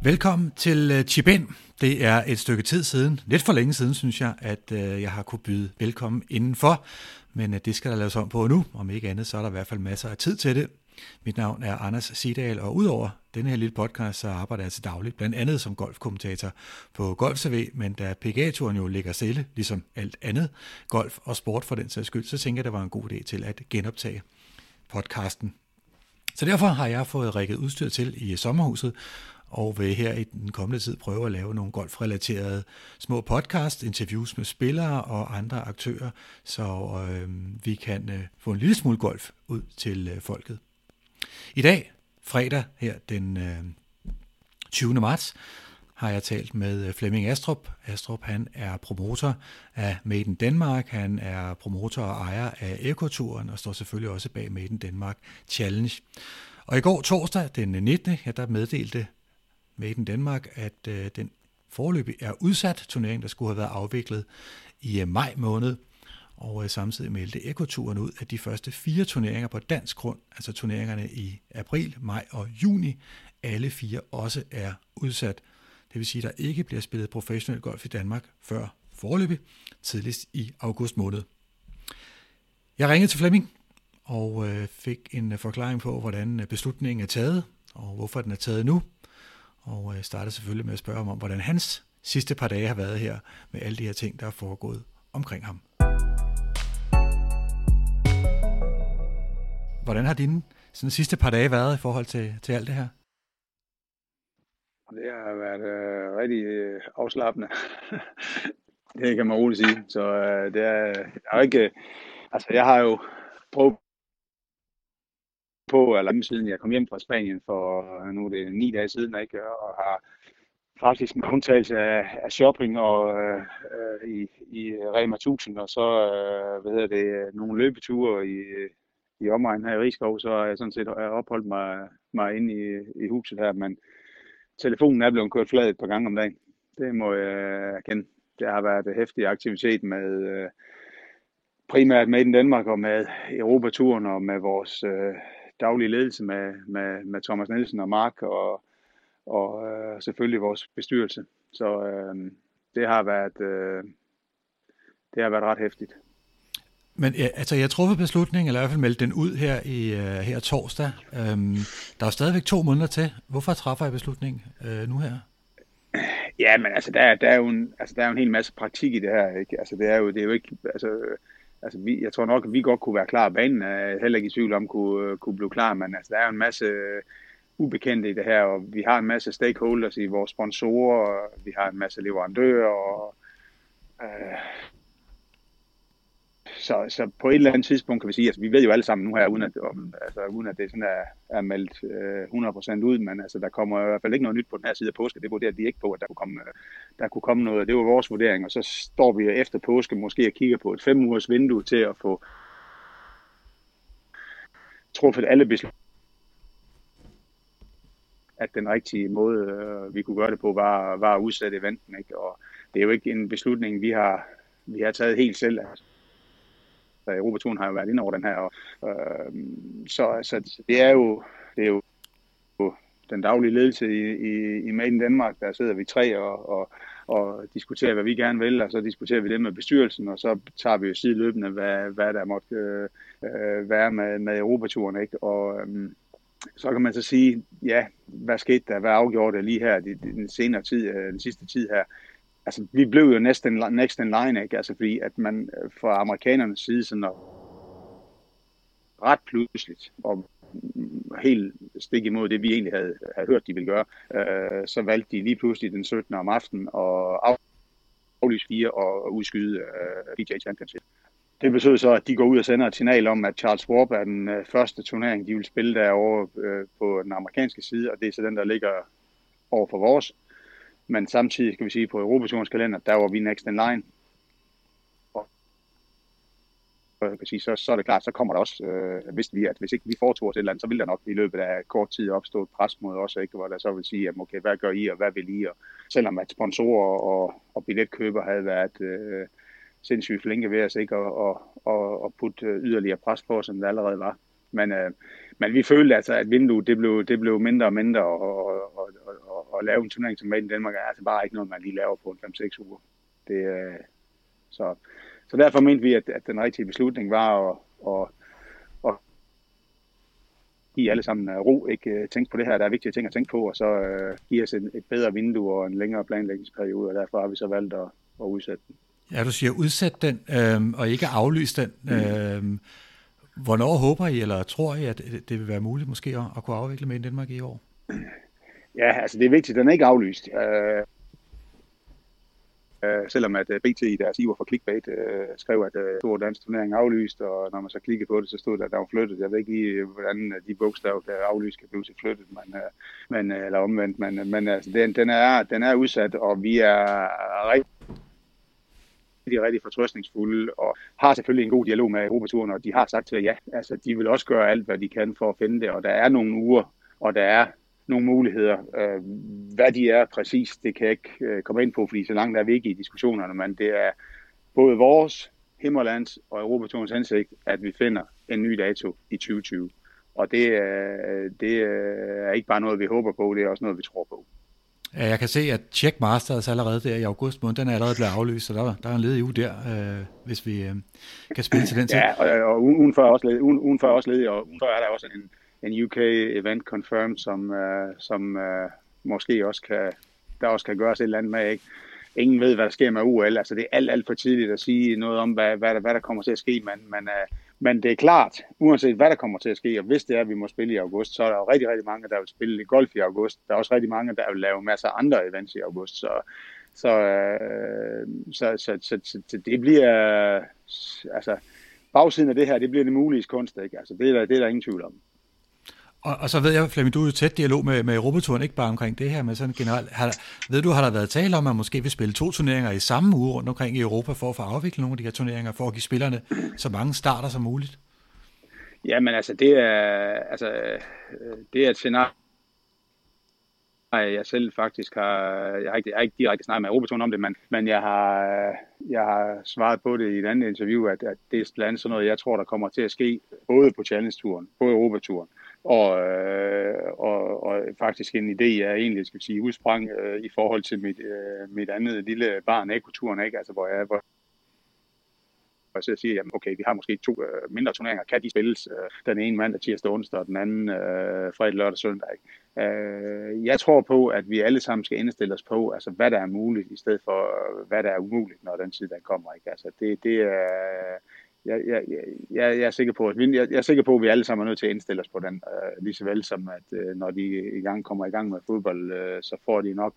Velkommen til Chip-In. Det er et stykke tid siden, lidt for længe siden, synes jeg, at jeg har kunne byde velkommen indenfor. Men det skal der laves om på nu. Om ikke andet, så er der i hvert fald masser af tid til det. Mit navn er Anders Sidal, og udover denne her lille podcast, så arbejder jeg til dagligt, blandt andet som golfkommentator på Golf TV. Men da PGA-turen jo ligger stille, ligesom alt andet golf og sport for den sags skyld, så tænker jeg, det var en god idé til at genoptage podcasten. Så derfor har jeg fået rigget udstyr til i sommerhuset, og vil her i den kommende tid prøve at lave nogle golfrelaterede små podcast, interviews med spillere og andre aktører, så vi kan få en lille smule golf ud til folket. I dag, fredag her den 20. marts, har jeg talt med Flemming Astrup. Astrup, han er promotor af Made in Denmark, han er promotor og ejer af Eco-turen og står selvfølgelig også bag Made in Denmark Challenge. Og i går torsdag den 19. der meddelte Made in Denmark, at den foreløbig er udsat turnering, der skulle have været afviklet i maj måned. Og samtidig meldte Eco-turen ud, at de første 4 turneringer på dansk grund, altså turneringerne i april, maj og juni, alle 4 også er udsat. Det vil sige, at der ikke bliver spillet professionel golf i Danmark før foreløbig, tidligst i august måned. Jeg ringede til Flemming og fik en forklaring på, hvordan beslutningen er taget, og hvorfor den er taget nu. Og startede selvfølgelig med at spørge om, hvordan hans sidste par dage har været her, med alle de her ting, der er foregået omkring ham. Hvordan har dine sidste par dage været i forhold til alt det her? Det har været rigtig afslappende. Det kan man roligt sige. Så det er jo ikke... Altså, jeg har jo prøvet på, eller siden jeg kom hjem fra Spanien for nu er det 9 dage siden, ikke? Og har faktisk med undtagelse af shopping og i Rema 1000, og så nogle løbeture i omegnen her i Rigskov, så har jeg sådan set opholdt mig inde i huset her, men telefonen er blevet kørt flad et par gange om dagen. Det må jeg erkende. Det har været heftig aktivitet med primært Made in Denmark og med Europaturen og med vores daglige ledelse med Thomas Nielsen og Mark og selvfølgelig vores bestyrelse. Så det har været ret heftigt. Men altså, jeg truffet beslutningen, eller i hvert fald meldte den ud her torsdag. Der er stadigvæk 2 måneder til. Hvorfor træffer jeg beslutningen nu her? Ja, men altså, der er jo en hel masse praktik i det her, ikke? Altså, det er jo ikke, jeg tror nok, at vi godt kunne være klar. Banen er heller ikke i tvivl om kunne blive klar, men altså, der er jo en masse ubekendte i det her, og vi har en masse stakeholders i vores sponsorer, og vi har en masse leverandører, og så på et eller andet tidspunkt kan vi sige, altså vi ved jo alle sammen nu her, uden at det sådan er meldt 100% ud, men altså der kommer i hvert fald ikke noget nyt på den her side af påske. Det vurderer de ikke på, at der kunne komme noget. Det var vores vurdering, og så står vi efter påske måske og kigger på et 5 ugers vindue til at få truffet alle beslutninger, at den rigtige måde, vi kunne gøre det på, var at udsætte eventen, ikke? Og det er jo ikke en beslutning, vi har taget helt selv. Altså. Europaturen har jo været inde over den her, og så det er jo den daglige ledelse i Made in Denmark. Der sidder vi 3 og diskuterer, hvad vi gerne vil, og så diskuterer vi det med bestyrelsen, og så tager vi jo sideløbende, hvad der måtte være med Europaturen, ikke? Og så kan man så sige, ja, hvad skete der, hvad afgjorde det lige her den senere tid, den sidste tid her. Altså, vi blev jo next in line, ikke? Altså, fordi at man fra amerikanernes side sådan ret pludseligt og helt stik imod det, vi egentlig havde hørt, de ville gøre, så valgte de lige pludselig den 17. om aftenen at aflyse 4 og udskyde PGA Championship. Det betød så, at de går ud og sender et signal om, at Charles Schwab er den første turnering, de vil spille derovre på den amerikanske side, og det er så den, der ligger over for vores. Men samtidig skal vi sige, på Europaturens kalender, der var vi next in line. Og jeg kan sige, så er det klart, så kommer der også, vidste vi, at hvis ikke vi foretog os et eller andet, så vil der nok i løbet af kort tid opstå et pres mod os, ikke? Hvor der så vil sige, at okay, hvad gør I, og hvad vil I? Og selvom at sponsorer og billetkøber havde været sindssygt flinke ved os, ikke? Og putte yderligere pres på, som det allerede var. Men vi følte altså, at vinduet det blev mindre og mindre, og at lave en turnering som Made in Denmark er altså bare ikke noget, man lige laver på 5-6 uger. Så derfor mente vi, at den rigtige beslutning var at give alle sammen ro, ikke tænke på det her, der er vigtige ting at tænke på, og så give os et bedre vindue og en længere planlægningsperiode, og derfor har vi så valgt at udsætte den. Ja, du siger udsæt den, og ikke aflyse den. Hvornår håber I, eller tror I, at det vil være muligt måske at kunne afvikle Made in Denmark i år? Ja, altså det er vigtigt, den er ikke aflyst. Selvom at BT i deres iver for clickbait skrev, at stor dansk turnering aflyst, og når man så klikkede på det, så stod der, at der var flyttet. Jeg ved ikke lige, hvordan de bogstaver, der er aflyst, kan blive til flyttet, eller omvendt. Men altså, den er udsat, og vi er rigtig fortrøstningsfulde, og har selvfølgelig en god dialog med Europaturen, og de har sagt til, at ja, altså, de vil også gøre alt, hvad de kan for at finde det, og der er nogle uger, og der er nogle muligheder. Hvad de er præcis, det kan jeg ikke komme ind på, fordi så langt er vi ikke i diskussionerne, men det er både vores, Himmerlands og Europaturens hensigt, at vi finder en ny dato i 2020. Og det er ikke bare noget, vi håber på, det er også noget, vi tror på. Ja, jeg kan se, at Czech Masters allerede der i august måned, den er allerede blevet aflyst, så der er en ledig uge der, hvis vi kan spille til den tid. Ja, og ugen før også ledig, og ugen før er der også en UK event confirmed, som måske også kan gøres et eller andet med, ikke? Ingen ved, hvad der sker med UL, altså det er alt for tidligt at sige noget om, hvad der kommer til at ske, men det er klart, uanset hvad der kommer til at ske, og hvis det er, at vi må spille i august, så er der jo rigtig, rigtig mange, der vil spille golf i august. Der er også rigtig mange, der vil lave masser af andre events i august, så det bliver, altså bagsiden af det her, det bliver det mulige kunst, ikke? Altså det er der ingen tvivl om. Og så ved jeg, Flemming, du er i tæt dialog med Europaturen, ikke bare omkring det her, men sådan generelt. Har der været tale om, at man måske vil spille 2 turneringer i samme uge rundt omkring i Europa, for at få afviklet nogle af de her turneringer, for at give spillerne så mange starter som muligt? Jamen altså, det er et scenarie, jeg selv faktisk jeg har ikke direkte snakket med Europaturen om det, men jeg har svaret på det i et andet interview, at det er blandt andet sådan noget, jeg tror, der kommer til at ske, både på Challenge-turen, på Europaturen, og faktisk en idé, jeg egentlig skal sige udsprang i forhold til mit andet lille barn, Ekoturen, ikke? Altså, hvor jeg så siger, jamen okay, vi har måske 2 mindre turneringer, kan de spilles den ene mandag, tirsdag, onsdag, og den anden fredag, lørdag, søndag. Jeg tror på, at vi alle sammen skal indstille os på, altså hvad der er muligt, i stedet for hvad der er umuligt, når den tid der kommer. Ikke? Altså det er jeg er sikker på, at vi alle sammen er nødt til at indstille os på den, lige så vel som at når de kommer i gang med fodbold, så får de nok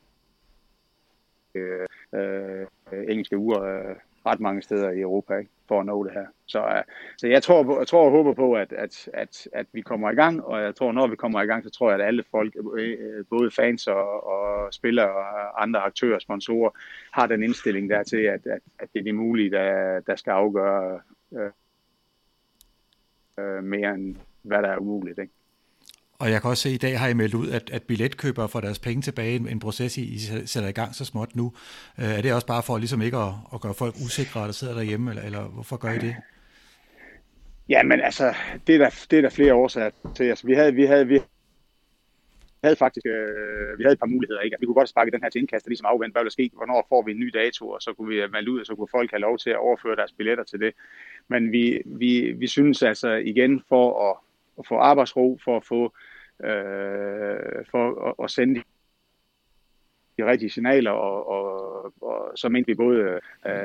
engelske uger ret mange steder i Europa, ikke, for at nå det her. Så jeg tror og håber på, at vi kommer i gang, og jeg tror, når vi kommer i gang, så tror jeg, at alle folk, både fans og spillere og andre aktører, sponsorer, har den indstilling der til, at det er det mulige, der skal afgøre mere end hvad der er umuligt, ikke? Og jeg kan også se, at i dag har I meldt ud, at billetkøbere får deres penge tilbage, en proces, I sætter i gang så småt nu. Er det også bare for ligesom ikke at gøre folk usikre, der sidder derhjemme, eller hvorfor gør I det? Jamen altså, det er der flere årsager til. Altså, vi havde faktisk et par muligheder, ikke? Vi kunne godt sparke den her til indkast, og ligesom afvente, hvad der sker, hvornår får vi en ny dato, og så kunne vi melde ud, og så kunne folk have lov til at overføre deres billetter til det. Men vi synes altså igen, for at få arbejdsro, for at sende de rigtige signaler, og så mente vi både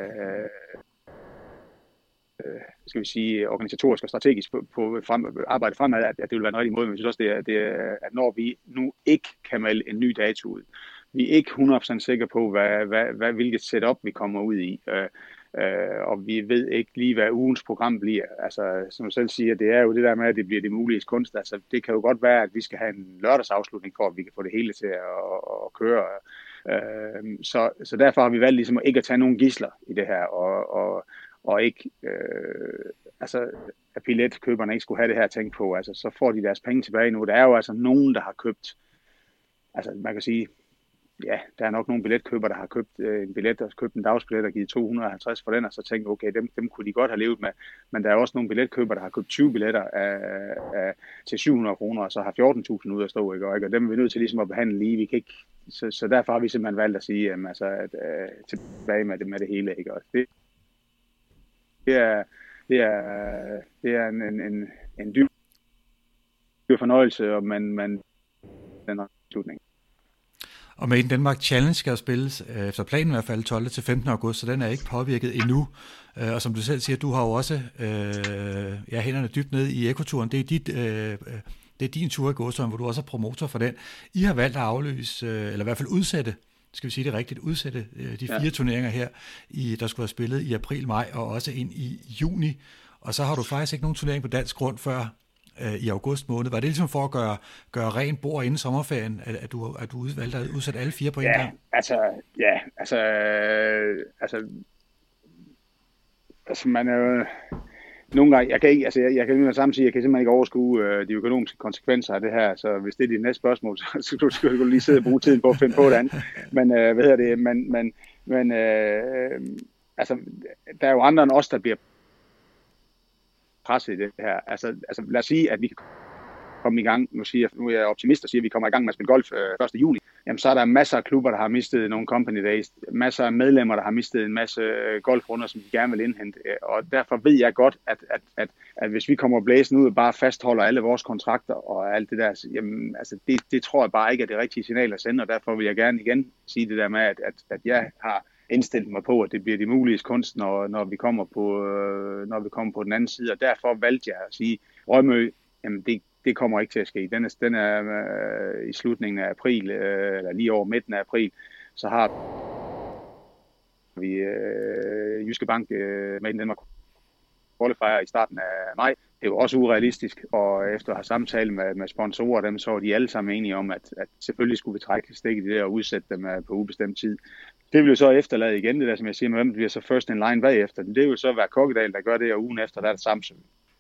skal vi sige, organisatorisk og strategisk på arbejde fremad, at det vil være en rigtig måde, men vi synes også, at når vi nu ikke kan melde en ny dato ud, vi er ikke 100% sikre på, hvilket setup vi kommer ud i, og vi ved ikke lige, hvad ugens program bliver. Altså, som du selv siger, det er jo det der med, at det bliver det mulige kunst. Altså, det kan jo godt være, at vi skal have en lørdagsafslutning, for at vi kan få det hele til at køre. Så derfor har vi valgt ligesom ikke at tage nogen gidsler i det her, og ikke, altså, at billetkøberne ikke skulle have det her at tænke på. Altså, så får de deres penge tilbage nu. Der er jo altså nogen, der har købt, altså man kan sige, ja, der er nok nogle billetkøbere, der har købt en billet, der har købt en dagsbillet og givet 250 for den, og så tænker okay, dem kunne de godt have levet med. Men der er også nogle billetkøbere, der har købt 20 billetter til 700 kroner, og så har 14.000 ud at stå, ikke? Og dem er vi nødt til ligesom at behandle lige. så derfor har vi simpelthen valgt at sige, altså, at tilbage med det hele, ikke? Og det er, det er en dyb fornøjelse, og man den slutning. Og Made in Denmark Challenge skal jo spilles efter planen i hvert fald 12. til 15. august, så den er ikke påvirket endnu. Og som du selv siger, du har jo også hænderne dybt nede i ekoturen. Det er din tur i Gåsøjen, hvor du også er promotor for den. I har valgt at aflyse, eller i hvert fald udsætte, skal vi sige det rigtigt, udsætte de 4 turneringer her, der skulle have spillet i april, maj og også ind i juni. Og så har du faktisk ikke nogen turnering på dansk grund før i august måned. Var det ligesom for at gøre ren bord inden sommerferien, at du valgte at udsætte alle 4 på en gang? Altså man er jo nogle gange, jeg kan samtidig jeg kan simpelthen ikke overskue de økonomiske konsekvenser af det her, så hvis det er dit næste spørgsmål, så skal du lige sidde og bruge tiden på at finde på det andet. Men altså der er jo andre end os, der bliver presset i det her. Altså lad os sige, at vi kan komme i gang. Nu er jeg optimist og siger, at vi kommer i gang med at spille golf 1. juli. Jamen, så er der masser af klubber, der har mistet nogle company days. Masser af medlemmer, der har mistet en masse golfrunder, som de gerne vil indhente. Og derfor ved jeg godt, at hvis vi kommer blæsende ud og bare fastholder alle vores kontrakter og alt det der, jamen, altså det tror jeg bare ikke er det rigtige signal at sende. Og derfor vil jeg gerne igen sige det der med, at jeg har indstillet mig på, at det bliver de mulige kunst, når vi kommer på den anden side. Og derfor valgte jeg at sige, Rømø, jamen det kommer ikke til at ske. Den er i slutningen af april, eller lige over midten af april, så har vi Jyske Bank med i Danmark qualifier i starten af maj. Det er jo også urealistisk, og efter at have samtalt med sponsorer dem, så var de alle sammen enige om, at selvfølgelig skulle vi trække stikket i det og udsætte dem på ubestemt tid. Det vil jo så efterlade igen, det der, som jeg siger, med hvem bliver så first in line bagefter. Det vil jo så være Kokkedal, der gør det, og ugen efter, der er det Samsø.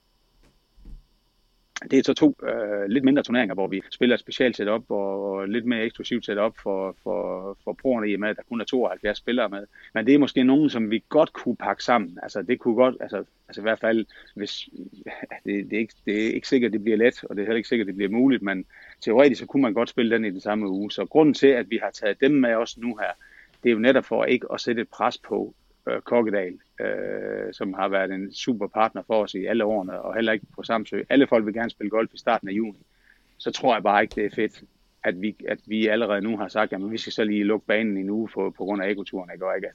Det er så 2 lidt mindre turneringer, hvor vi spiller et specielt setup og lidt mere eksklusivt setup for proerne, i og med, at der kun er 72 spillere med. Men det er måske nogen, som vi godt kunne pakke sammen. Altså det kunne godt, altså i hvert fald, hvis det er ikke sikkert, det bliver let, og det er heller ikke sikkert, det bliver muligt, men teoretisk så kunne man godt spille den i den samme uge. Så grunden til, at vi har taget dem med os nu her, det er jo netop for ikke at sætte et pres på Kokkedal, som har været en super partner for os i alle årene, og heller ikke på Samsø. Alle folk vil gerne spille golf i starten af juni. Så tror jeg bare ikke, det er fedt, at vi allerede nu har sagt, at vi skal så lige lukke banen en uge på grund af ekoturen, ikke? Og ikke.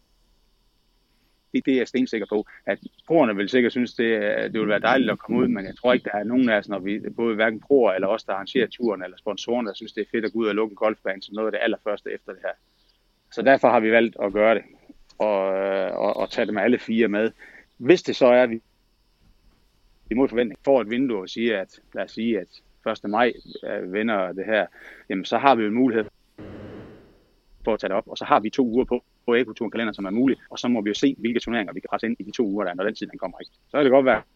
Det er jeg stensikker på, at proerne vil sikkert synes, det vil være dejligt at komme ud, men jeg tror ikke, der er nogen af os, når vi både hverken proer eller os, der arrangerer turen, eller sponsorerne, der synes, det er fedt at gå ud og lukke en golfbane som noget af det allerførste efter det her. Så derfor har vi valgt at gøre det. Og tage dem alle 4 med. Hvis det så er, at vi imod forventning får et vindue og siger, at lad os sige, at 1. maj vinder det her, jamen så har vi en mulighed for at tage det op, og så har vi 2 uger på ekoturen kalender, som er muligt, og så må vi jo se, hvilke turneringer vi kan presse ind i de 2 uger, der er, når den tid den kommer. Ikke? Så kan det godt være,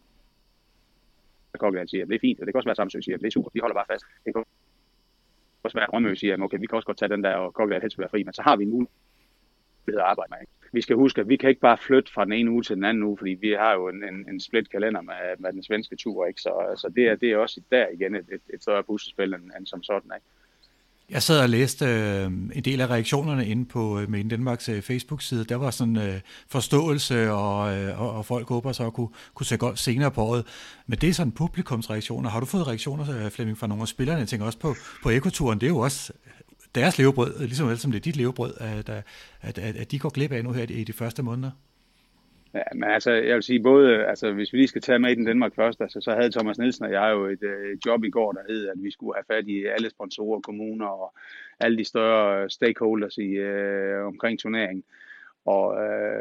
at Kokkedal siger, at det er fint, og det kan også være, at Samsø siger, at det er super, vi holder bare fast. Det kan også være, at Rømø siger, at okay, vi kan også godt tage den der, og Kokkedal helst vil være fri, men så har vi en mulighed at arbejde med. Ikke? Vi skal huske, at vi kan ikke bare flytte fra den ene uge til den anden uge, fordi vi har jo en split kalender med den svenske tur, ikke? Så det er også der igen et større puslespil end som sådan, ikke? Jeg sad og læste en del af reaktionerne inde på Made in Denmarks Facebook-side. Der var sådan forståelse, og folk håber så at kunne se golf senere på året. Men det er sådan publikumsreaktioner. Har du fået reaktioner, Flemming, fra nogle af spillerne? Jeg tænker også på ekoturen. Det er jo også deres levebrød, ligesom vel som det er dit levebrød, at de går glip af nu her i de første måneder. Ja, men altså, jeg vil sige både, altså hvis vi lige skal tage med i den Danmark først, altså, så havde Thomas Nielsen og jeg jo et job i går, der hed, at vi skulle have fat i alle sponsorer, kommuner og alle de større stakeholders omkring turneringen. Og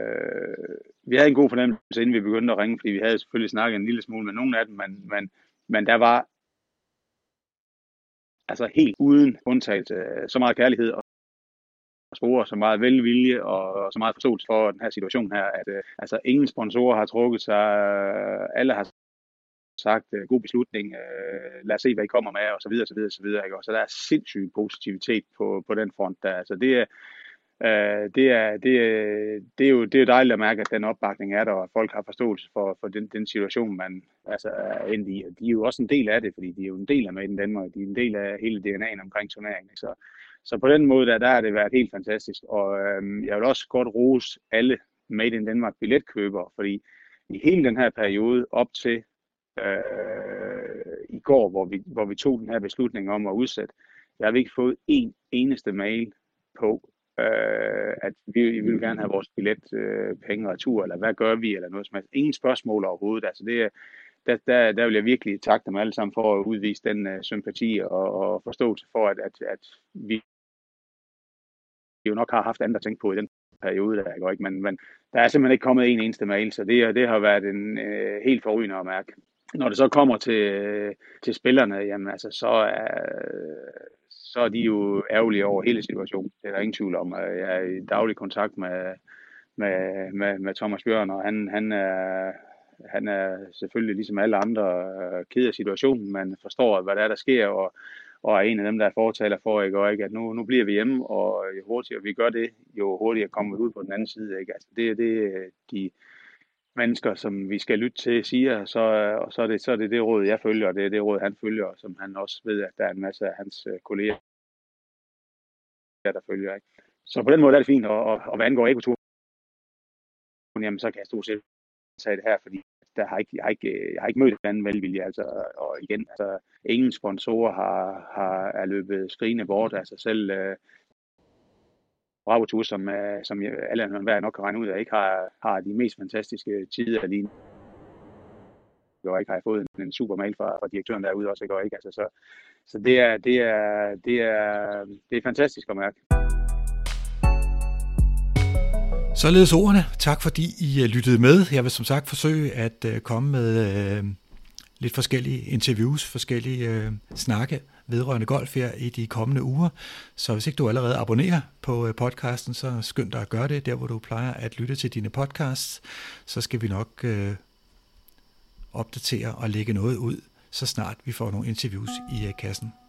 vi havde en god fornemmelse, inden vi begyndte at ringe, fordi vi havde selvfølgelig snakket en lille smule med nogle af dem, men der var altså helt uden undtagelse så meget kærlighed og spore, så meget velvilje og så meget forståelse for den her situation her, at altså ingen sponsorer har trukket sig, alle har sagt god beslutning, lad os se, hvad I kommer med, og så videre, så videre, så videre, ikke? Og så der er sindssyg positivitet på den front der, altså det Det er jo dejligt at mærke, at den opbakning er der, og at folk har forståelse for den situation, man altså er endt i. Og de er jo også en del af det, fordi de er jo en del af Made in Denmark, de er en del af hele DNA'en omkring turneringen. Så på den måde, der har det været helt fantastisk. Og jeg vil også godt rose alle Made in Denmark billetkøbere, fordi i hele den her periode op til i går, hvor vi tog den her beslutning om at udsætte, jeg har ikke fået en eneste mail på, at vi vil gerne have vores billetpenge retur, eller hvad gør vi, eller noget som helst. Ingen spørgsmål overhovedet. Altså der vil jeg virkelig takke dem alle sammen for at udvise den sympati og forståelse for, at vi jo nok har haft andet at tænke på i den periode, der går ikke, men der er simpelthen ikke kommet en eneste mail, så det har været en helt forrygende at mærke. Når det så kommer til spillerne, jamen altså, så er de jo ærgerlige over hele situationen. Det er der ingen tvivl om. Jeg er i daglig kontakt med Thomas Bjørn, og han er selvfølgelig ligesom alle andre ked af situationen, men forstår, hvad der sker, og er en af dem, der er fortaler for, ikke, at nu bliver vi hjemme, og jo hurtigere vi gør det, jo hurtigere kommer vi ud på den anden side. Ikke? Altså, det er de mennesker, som vi skal lytte til, siger, så er det råd, jeg følger, og det er det råd, han følger, som han også ved, at der er en masse af hans kolleger, der følger. Ikke? Så på den måde er det fint, og hvad angår ekoturen, jamen så kan jeg stort set tage det her, fordi jeg har ikke mødt en anden velvilje, altså, og igen, altså, ingen sponsorer er løbet skrigende bort, altså selv Bravo Tour, som alle hver nok kan regne ud af, ikke har de mest fantastiske tider lige nu. Og ikke har jeg fået en super mail fra direktøren derude også, ikke? Altså, så det er fantastisk at mærke. Således ordene. Tak fordi I lyttede med. Jeg vil som sagt forsøge at komme med lidt forskellige interviews, forskellige snakke vedrørende golf her i de kommende uger. Så hvis ikke du allerede abonnerer på podcasten, så skynd dig at gøre det, der hvor du plejer at lytte til dine podcasts. Så skal vi nok opdatere og lægge noget ud, så snart vi får nogle interviews i kassen.